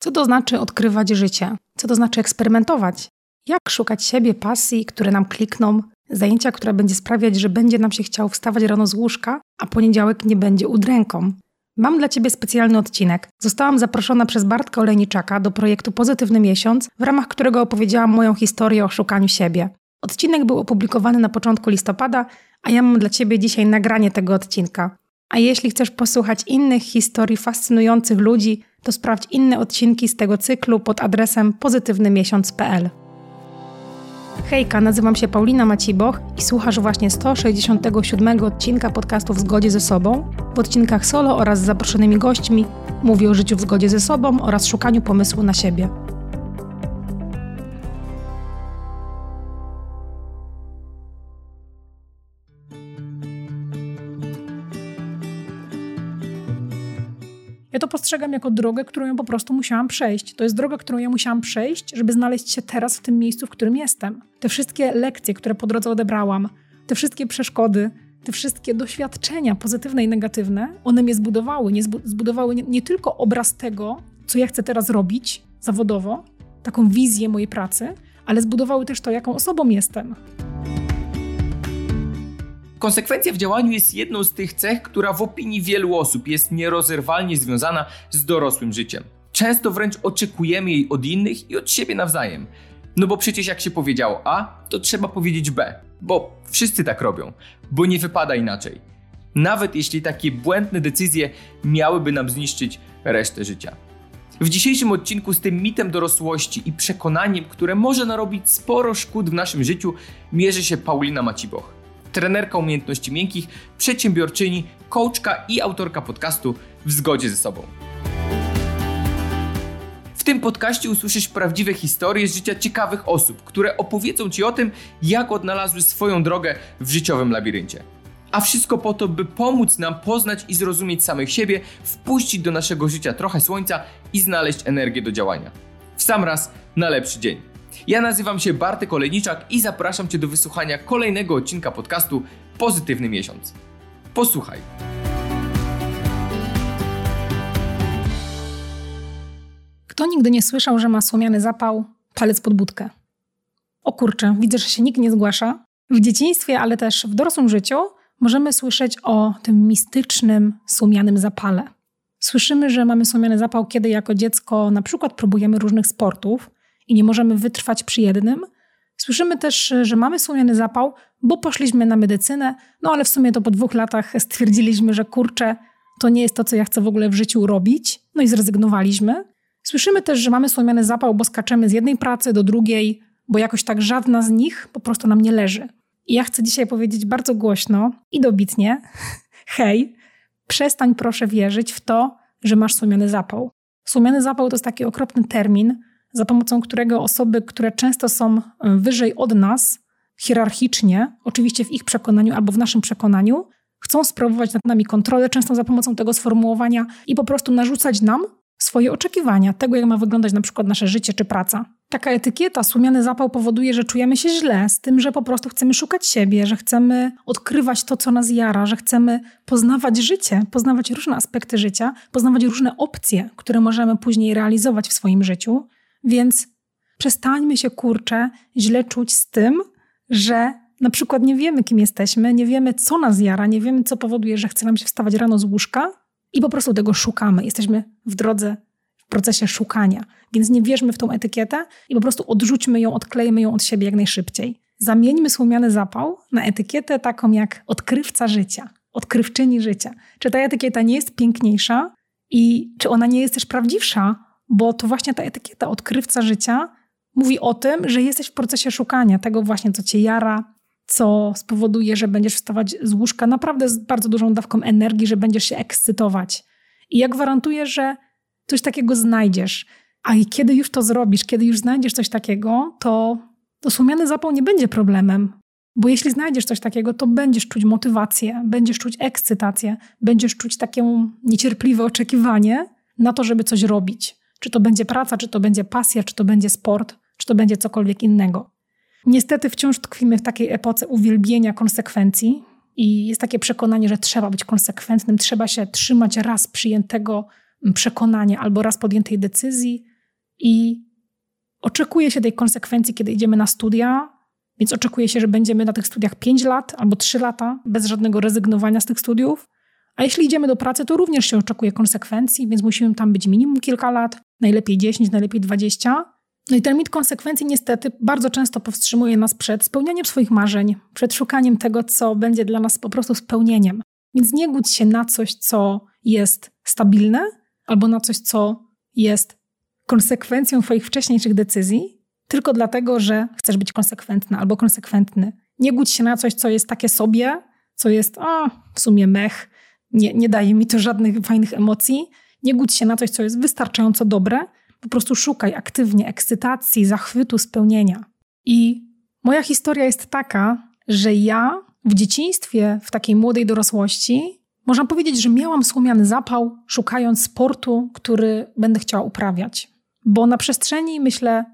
Co to znaczy odkrywać życie? Co to znaczy eksperymentować? Jak szukać siebie, pasji, które nam klikną, zajęcia, które będzie sprawiać, że będzie nam się chciało wstawać rano z łóżka, a poniedziałek nie będzie udręką? Mam dla Ciebie specjalny odcinek. Zostałam zaproszona przez Bartka Olejniczaka do projektu Pozytywny Miesiąc, w ramach którego opowiedziałam moją historię o szukaniu siebie. Odcinek był opublikowany na początku listopada, a ja mam dla Ciebie dzisiaj nagranie tego odcinka. A jeśli chcesz posłuchać innych historii fascynujących ludzi, to sprawdź inne odcinki z tego cyklu pod adresem pozytywnymiesiąc.pl. Hejka, nazywam się Paulina Maciboch i słuchasz właśnie 167 odcinka podcastu W zgodzie ze sobą. W odcinkach solo oraz z zaproszonymi gośćmi mówię o życiu w zgodzie ze sobą oraz szukaniu pomysłu na siebie. Ja to postrzegam jako drogę, którą ja po prostu musiałam przejść. To jest droga, którą ja musiałam przejść, żeby znaleźć się teraz w tym miejscu, w którym jestem. Te wszystkie lekcje, które po drodze odebrałam, te wszystkie przeszkody, te wszystkie doświadczenia pozytywne i negatywne, one mnie zbudowały. Zbudowały nie tylko obraz tego, co ja chcę teraz robić zawodowo, taką wizję mojej pracy, ale zbudowały też to, jaką osobą jestem. Konsekwencja w działaniu jest jedną z tych cech, która w opinii wielu osób jest nierozerwalnie związana z dorosłym życiem. Często wręcz oczekujemy jej od innych i od siebie nawzajem. No bo przecież jak się powiedziało A, to trzeba powiedzieć B, bo wszyscy tak robią, bo nie wypada inaczej. Nawet jeśli takie błędne decyzje miałyby nam zniszczyć resztę życia. W dzisiejszym odcinku z tym mitem dorosłości i przekonaniem, które może narobić sporo szkód w naszym życiu, mierzy się Paulina Maciboch. Trenerka umiejętności miękkich, przedsiębiorczyni, coachka i autorka podcastu W zgodzie ze sobą. W tym podcaście usłyszysz prawdziwe historie z życia ciekawych osób, które opowiedzą Ci o tym, jak odnalazły swoją drogę w życiowym labiryncie. A wszystko po to, by pomóc nam poznać i zrozumieć samych siebie, wpuścić do naszego życia trochę słońca i znaleźć energię do działania. W sam raz na lepszy dzień. Ja nazywam się Bartek Olejniczak i zapraszam Cię do wysłuchania kolejnego odcinka podcastu Pozytywny Miesiąc. Posłuchaj. Kto nigdy nie słyszał, że ma słomiany zapał, palec pod budkę? O kurczę, widzę, że się nikt nie zgłasza. W dzieciństwie, ale też w dorosłym życiu możemy słyszeć o tym mistycznym słomianym zapale. Słyszymy, że mamy słomiany zapał, kiedy jako dziecko na przykład próbujemy różnych sportów i nie możemy wytrwać przy jednym. Słyszymy też, że mamy słomiany zapał, bo poszliśmy na medycynę, no ale w sumie to po 2 latach stwierdziliśmy, że kurczę, to nie jest to, co ja chcę w ogóle w życiu robić, no i zrezygnowaliśmy. Słyszymy też, że mamy słomiany zapał, bo skaczemy z jednej pracy do drugiej, bo jakoś tak żadna z nich po prostu nam nie leży. I ja chcę dzisiaj powiedzieć bardzo głośno i dobitnie, hej, przestań proszę wierzyć w to, że masz słomiany zapał. Słomiany zapał to jest taki okropny termin, za pomocą którego osoby, które często są wyżej od nas, hierarchicznie, oczywiście w ich przekonaniu albo w naszym przekonaniu, chcą sprawować nad nami kontrolę, często za pomocą tego sformułowania i po prostu narzucać nam swoje oczekiwania, tego jak ma wyglądać na przykład nasze życie czy praca. Taka etykieta, słomiany zapał powoduje, że czujemy się źle z tym, że po prostu chcemy szukać siebie, że chcemy odkrywać to, co nas jara, że chcemy poznawać życie, poznawać różne aspekty życia, poznawać różne opcje, które możemy później realizować w swoim życiu. Więc przestańmy się, kurczę, źle czuć z tym, że na przykład nie wiemy, kim jesteśmy, nie wiemy, co nas jara, nie wiemy, co powoduje, że chce nam się wstawać rano z łóżka i po prostu tego szukamy. Jesteśmy w drodze, w procesie szukania. Więc nie wierzmy w tą etykietę i po prostu odrzućmy ją, odklejmy ją od siebie jak najszybciej. Zamieńmy słomiany zapał na etykietę taką jak odkrywca życia, odkrywczyni życia. Czy ta etykieta nie jest piękniejsza i czy ona nie jest też prawdziwsza? Bo to właśnie ta etykieta odkrywca życia mówi o tym, że jesteś w procesie szukania tego właśnie, co cię jara, co spowoduje, że będziesz wstawać z łóżka naprawdę z bardzo dużą dawką energii, że będziesz się ekscytować. I ja gwarantuję, że coś takiego znajdziesz. A i kiedy już to zrobisz, kiedy już znajdziesz coś takiego, to słomiany zapał nie będzie problemem. Bo jeśli znajdziesz coś takiego, to będziesz czuć motywację, będziesz czuć ekscytację, będziesz czuć takie niecierpliwe oczekiwanie na to, żeby coś robić. Czy to będzie praca, czy to będzie pasja, czy to będzie sport, czy to będzie cokolwiek innego. Niestety wciąż tkwimy w takiej epoce uwielbienia konsekwencji i jest takie przekonanie, że trzeba być konsekwentnym, trzeba się trzymać raz przyjętego przekonania albo raz podjętej decyzji I oczekuje się tej konsekwencji, kiedy idziemy na studia, więc oczekuje się, że będziemy na tych studiach 5 lat albo 3 lata, bez żadnego rezygnowania z tych studiów. A jeśli idziemy do pracy, to również się oczekuje konsekwencji, więc musimy tam być minimum kilka lat, najlepiej 10, najlepiej 20. No i ten mit konsekwencji niestety bardzo często powstrzymuje nas przed spełnianiem swoich marzeń, przed szukaniem tego, co będzie dla nas po prostu spełnieniem. Więc nie gódź się na coś, co jest stabilne, albo na coś, co jest konsekwencją twoich wcześniejszych decyzji, tylko dlatego, że chcesz być konsekwentna albo konsekwentny. Nie gódź się na coś, co jest takie sobie, co jest w sumie mech, nie daje mi to żadnych fajnych emocji. Nie gódź się na coś, co jest wystarczająco dobre. Po prostu szukaj aktywnie ekscytacji, zachwytu, spełnienia. I moja historia jest taka, że ja w dzieciństwie, w takiej młodej dorosłości, można powiedzieć, że miałam słomiany zapał, szukając sportu, który będę chciała uprawiać. Bo na przestrzeni, myślę,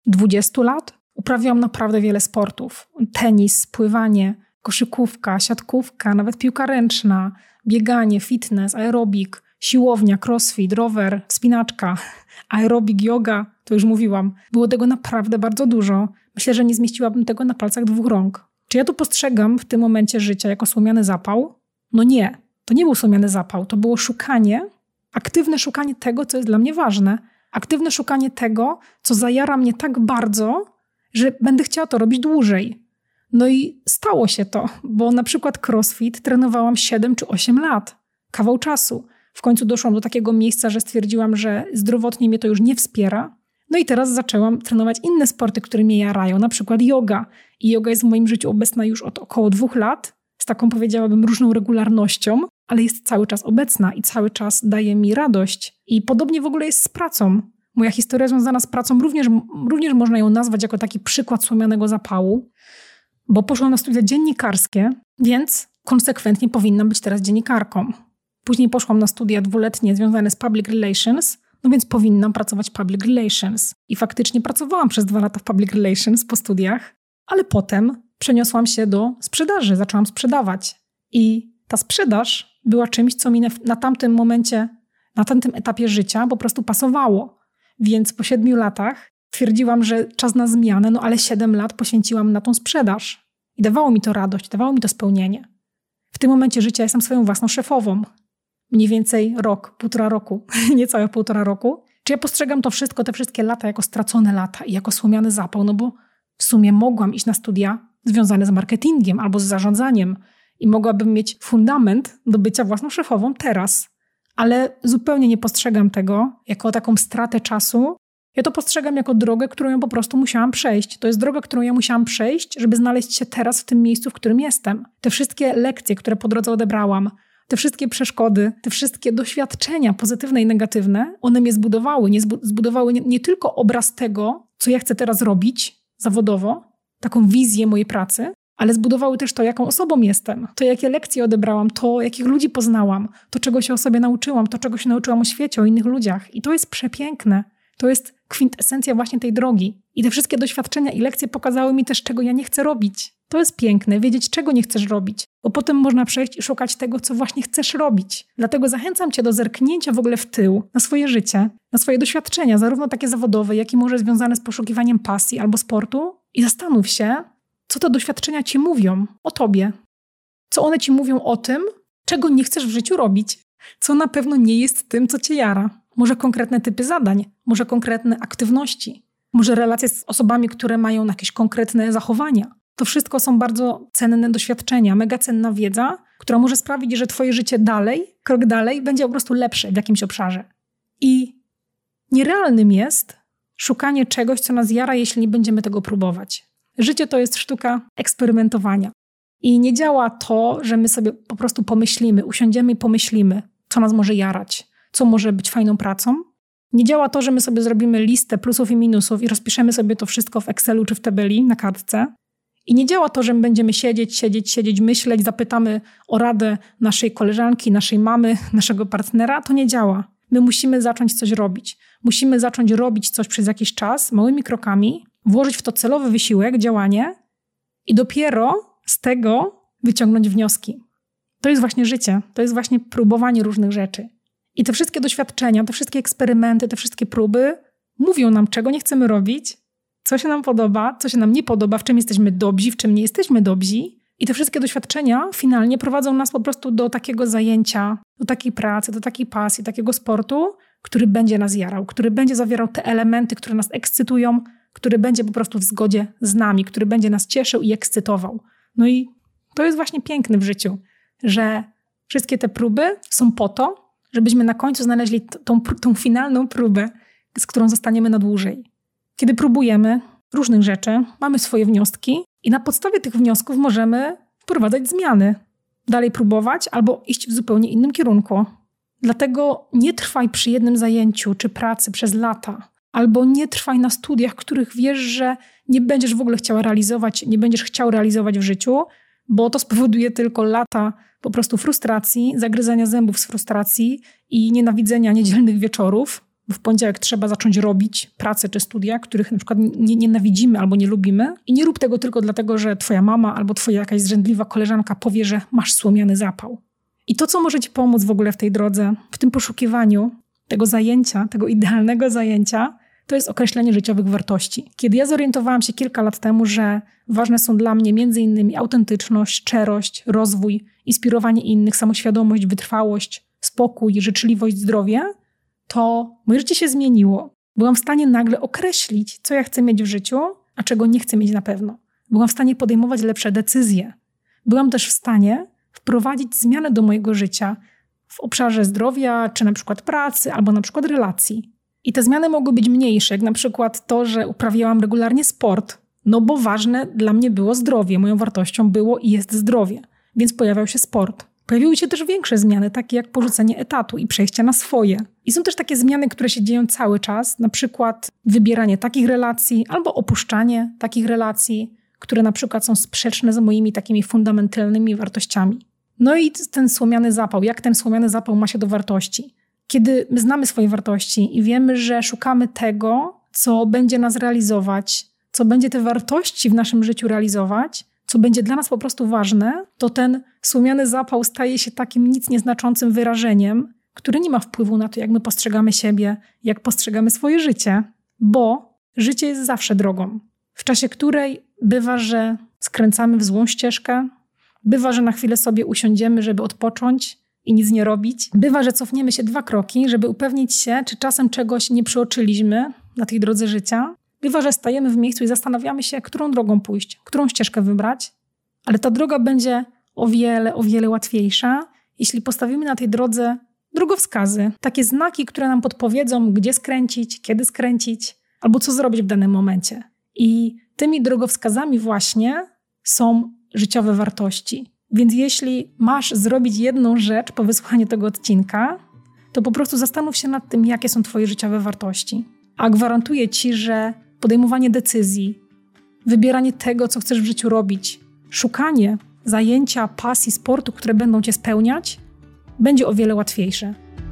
20 lat uprawiałam naprawdę wiele sportów. Tenis, pływanie, koszykówka, siatkówka, nawet piłka ręczna, bieganie, fitness, aerobik, siłownia, crossfit, rower, wspinaczka, aerobik, yoga, to już mówiłam. Było tego naprawdę bardzo dużo. Myślę, że nie zmieściłabym tego na palcach 2 rąk. Czy ja to postrzegam w tym momencie życia jako słomiany zapał? No nie. To nie był słomiany zapał. To było szukanie, aktywne szukanie tego, co jest dla mnie ważne. Aktywne szukanie tego, co zajara mnie tak bardzo, że będę chciała to robić dłużej. No i stało się to, bo na przykład crossfit trenowałam 7 czy 8 lat. Kawał czasu. W końcu doszłam do takiego miejsca, że stwierdziłam, że zdrowotnie mnie to już nie wspiera. No i teraz zaczęłam trenować inne sporty, które mnie jarają, na przykład yoga. I yoga jest w moim życiu obecna już od około 2 lat, z taką powiedziałabym różną regularnością, ale jest cały czas obecna i cały czas daje mi radość. I podobnie w ogóle jest z pracą. Moja historia związana z pracą również można ją nazwać jako taki przykład słomianego zapału, bo poszłam na studia dziennikarskie, więc konsekwentnie powinnam być teraz dziennikarką. Później poszłam na studia 2-letnie związane z public relations, no więc powinnam pracować w public relations. I faktycznie pracowałam przez 2 lata w public relations po studiach, ale potem przeniosłam się do sprzedaży, zaczęłam sprzedawać. I ta sprzedaż była czymś, co mi na tamtym momencie, na tamtym etapie życia po prostu pasowało. Więc po 7 latach twierdziłam, że czas na zmianę, no ale 7 lat poświęciłam na tą sprzedaż. I dawało mi to radość, dawało mi to spełnienie. W tym momencie życia jestem swoją własną szefową. Mniej więcej rok, 1,5 roku, niecałe 1,5 roku. Czy ja postrzegam to wszystko, te wszystkie lata jako stracone lata i jako słomiany zapał? No bo w sumie mogłam iść na studia związane z marketingiem albo z zarządzaniem i mogłabym mieć fundament do bycia własną szefową teraz. Ale zupełnie nie postrzegam tego jako taką stratę czasu. Ja to postrzegam jako drogę, którą ja po prostu musiałam przejść. To jest droga, którą ja musiałam przejść, żeby znaleźć się teraz w tym miejscu, w którym jestem. Te wszystkie lekcje, które po drodze odebrałam, te wszystkie przeszkody, te wszystkie doświadczenia pozytywne i negatywne, one mnie zbudowały. Zbudowały nie tylko obraz tego, co ja chcę teraz robić zawodowo, taką wizję mojej pracy, ale zbudowały też to, jaką osobą jestem, to, jakie lekcje odebrałam, to, jakich ludzi poznałam, to, czego się o sobie nauczyłam, to, czego się nauczyłam o świecie, o innych ludziach. I to jest przepiękne. To jest kwintesencja właśnie tej drogi. I te wszystkie doświadczenia i lekcje pokazały mi też, czego ja nie chcę robić. To jest piękne, wiedzieć, czego nie chcesz robić, bo potem można przejść i szukać tego, co właśnie chcesz robić. Dlatego zachęcam cię do zerknięcia w ogóle w tył, na swoje życie, na swoje doświadczenia, zarówno takie zawodowe, jak i może związane z poszukiwaniem pasji albo sportu i zastanów się, co te doświadczenia ci mówią o tobie. Co one ci mówią o tym, czego nie chcesz w życiu robić. Co na pewno nie jest tym, co cię jara. Może konkretne typy zadań, może konkretne aktywności, może relacje z osobami, które mają jakieś konkretne zachowania. To wszystko są bardzo cenne doświadczenia, mega cenna wiedza, która może sprawić, że twoje życie dalej, krok dalej, będzie po prostu lepsze w jakimś obszarze. I nierealnym jest szukanie czegoś, co nas jara, jeśli nie będziemy tego próbować. Życie to jest sztuka eksperymentowania. I nie działa to, że my sobie po prostu pomyślimy, usiądziemy i pomyślimy, co nas może jarać, co może być fajną pracą. Nie działa to, że my sobie zrobimy listę plusów i minusów i rozpiszemy sobie to wszystko w Excelu czy w tabeli na kartce. I nie działa to, że my będziemy siedzieć, myśleć, zapytamy o radę naszej koleżanki, naszej mamy, naszego partnera. To nie działa. My musimy zacząć coś robić. Musimy zacząć robić coś przez jakiś czas, małymi krokami, włożyć w to celowy wysiłek, działanie i dopiero z tego wyciągnąć wnioski. To jest właśnie życie. To jest właśnie próbowanie różnych rzeczy. I te wszystkie doświadczenia, te wszystkie eksperymenty, te wszystkie próby mówią nam, czego nie chcemy robić, co się nam podoba, co się nam nie podoba, w czym jesteśmy dobrzy, w czym nie jesteśmy dobrzy. I te wszystkie doświadczenia finalnie prowadzą nas po prostu do takiego zajęcia, do takiej pracy, do takiej pasji, takiego sportu, który będzie nas jarał, który będzie zawierał te elementy, które nas ekscytują, który będzie po prostu w zgodzie z nami, który będzie nas cieszył i ekscytował. No i to jest właśnie piękne w życiu, że wszystkie te próby są po to, żebyśmy na końcu znaleźli tą finalną próbę, z którą zostaniemy na dłużej. Kiedy próbujemy różnych rzeczy, mamy swoje wnioski i na podstawie tych wniosków możemy wprowadzać zmiany. Dalej próbować albo iść w zupełnie innym kierunku. Dlatego nie trwaj przy jednym zajęciu czy pracy przez lata. Albo nie trwaj na studiach, których wiesz, że nie będziesz w ogóle chciała realizować, nie będziesz chciał realizować w życiu, bo to spowoduje tylko lata po prostu frustracji, zagryzania zębów z frustracji i nienawidzenia niedzielnych wieczorów. Bo w poniedziałek trzeba zacząć robić pracę czy studia, których na przykład nienawidzimy albo nie lubimy. I nie rób tego tylko dlatego, że twoja mama albo twoja jakaś zrzędliwa koleżanka powie, że masz słomiany zapał. I to, co może ci pomóc w ogóle w tej drodze, w tym poszukiwaniu tego zajęcia, tego idealnego zajęcia, to jest określenie życiowych wartości. Kiedy ja zorientowałam się kilka lat temu, że ważne są dla mnie m.in. autentyczność, szczerość, rozwój, inspirowanie innych, samoświadomość, wytrwałość, spokój, życzliwość, zdrowie, to moje życie się zmieniło. Byłam w stanie nagle określić, co ja chcę mieć w życiu, a czego nie chcę mieć na pewno. Byłam w stanie podejmować lepsze decyzje. Byłam też w stanie wprowadzić zmiany do mojego życia w obszarze zdrowia, czy na przykład pracy, albo na przykład relacji. I te zmiany mogły być mniejsze, jak na przykład to, że uprawiałam regularnie sport, no bo ważne dla mnie było zdrowie. Moją wartością było i jest zdrowie, więc pojawiał się sport. Pojawiły się też większe zmiany, takie jak porzucenie etatu i przejście na swoje. I są też takie zmiany, które się dzieją cały czas, na przykład wybieranie takich relacji albo opuszczanie takich relacji, które na przykład są sprzeczne z moimi takimi fundamentalnymi wartościami. No i ten słomiany zapał. Jak ten słomiany zapał ma się do wartości? Kiedy my znamy swoje wartości i wiemy, że szukamy tego, co będzie nas realizować, co będzie te wartości w naszym życiu realizować, co będzie dla nas po prostu ważne, to ten słomiany zapał staje się takim nic nieznaczącym wyrażeniem, które nie ma wpływu na to, jak my postrzegamy siebie, jak postrzegamy swoje życie, bo życie jest zawsze drogą, w czasie której bywa, że skręcamy w złą ścieżkę, bywa, że na chwilę sobie usiądziemy, żeby odpocząć i nic nie robić. Bywa, że cofniemy się 2 kroki, żeby upewnić się, czy czasem czegoś nie przeoczyliśmy na tej drodze życia. Bywa, że stajemy w miejscu i zastanawiamy się, którą drogą pójść, którą ścieżkę wybrać, ale ta droga będzie o wiele łatwiejsza, jeśli postawimy na tej drodze drogowskazy, takie znaki, które nam podpowiedzą, gdzie skręcić, kiedy skręcić, albo co zrobić w danym momencie. I tymi drogowskazami właśnie są życiowe wartości. Więc jeśli masz zrobić jedną rzecz po wysłuchaniu tego odcinka, to po prostu zastanów się nad tym, jakie są twoje życiowe wartości. A gwarantuję ci, że podejmowanie decyzji, wybieranie tego, co chcesz w życiu robić, szukanie zajęcia, pasji, sportu, które będą cię spełniać, będzie o wiele łatwiejsze.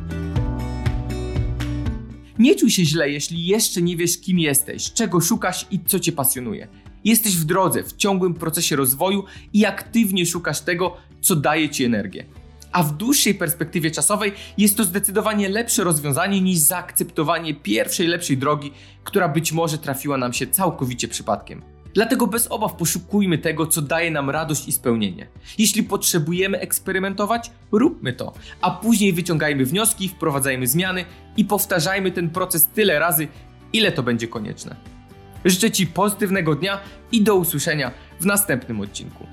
Nie czuj się źle, jeśli jeszcze nie wiesz, kim jesteś, czego szukasz i co cię pasjonuje. Jesteś w drodze, w ciągłym procesie rozwoju i aktywnie szukasz tego, co daje ci energię. A w dłuższej perspektywie czasowej jest to zdecydowanie lepsze rozwiązanie niż zaakceptowanie pierwszej, lepszej drogi, która być może trafiła nam się całkowicie przypadkiem. Dlatego bez obaw poszukujmy tego, co daje nam radość i spełnienie. Jeśli potrzebujemy eksperymentować, róbmy to, a później wyciągajmy wnioski, wprowadzajmy zmiany i powtarzajmy ten proces tyle razy, ile to będzie konieczne. Życzę ci pozytywnego dnia i do usłyszenia w następnym odcinku.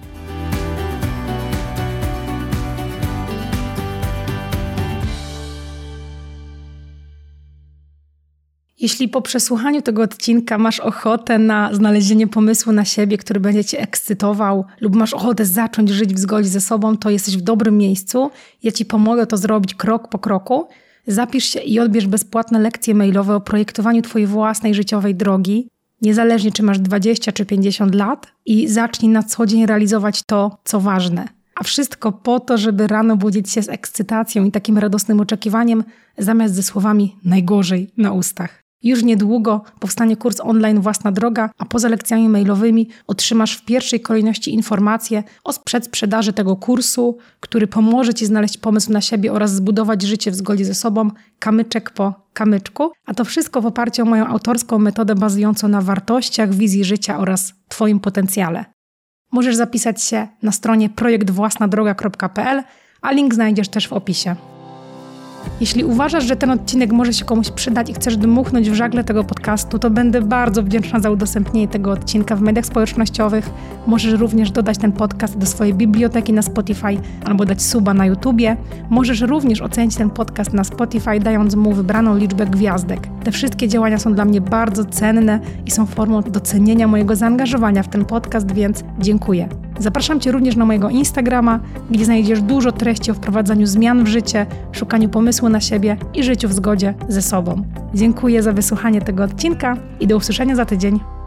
Jeśli po przesłuchaniu tego odcinka masz ochotę na znalezienie pomysłu na siebie, który będzie cię ekscytował, lub masz ochotę zacząć żyć w zgodzie ze sobą, to jesteś w dobrym miejscu. Ja ci pomogę to zrobić krok po kroku. Zapisz się i odbierz bezpłatne lekcje mailowe o projektowaniu twojej własnej życiowej drogi, niezależnie czy masz 20 czy 50 lat, i zacznij na co dzień realizować to, co ważne. A wszystko po to, żeby rano budzić się z ekscytacją i takim radosnym oczekiwaniem, zamiast ze słowami najgorzej na ustach. Już niedługo powstanie kurs online Własna Droga, a poza lekcjami mailowymi otrzymasz w pierwszej kolejności informacje o przedsprzedaży tego kursu, który pomoże Ci znaleźć pomysł na siebie oraz zbudować życie w zgodzie ze sobą, kamyczek po kamyczku, a to wszystko w oparciu o moją autorską metodę bazującą na wartościach, wizji życia oraz Twoim potencjale. Możesz zapisać się na stronie projektwłasnadroga.pl, a link znajdziesz też w opisie. Jeśli uważasz, że ten odcinek może się komuś przydać i chcesz dmuchnąć w żagle tego podcastu, to będę bardzo wdzięczna za udostępnienie tego odcinka w mediach społecznościowych. Możesz również dodać ten podcast do swojej biblioteki na Spotify albo dać suba na YouTubie. Możesz również ocenić ten podcast na Spotify, dając mu wybraną liczbę gwiazdek. Te wszystkie działania są dla mnie bardzo cenne i są formą docenienia mojego zaangażowania w ten podcast, więc dziękuję. Zapraszam Cię również na mojego Instagrama, gdzie znajdziesz dużo treści o wprowadzaniu zmian w życie, szukaniu pomysłu na siebie i życiu w zgodzie ze sobą. Dziękuję za wysłuchanie tego odcinka i do usłyszenia za tydzień.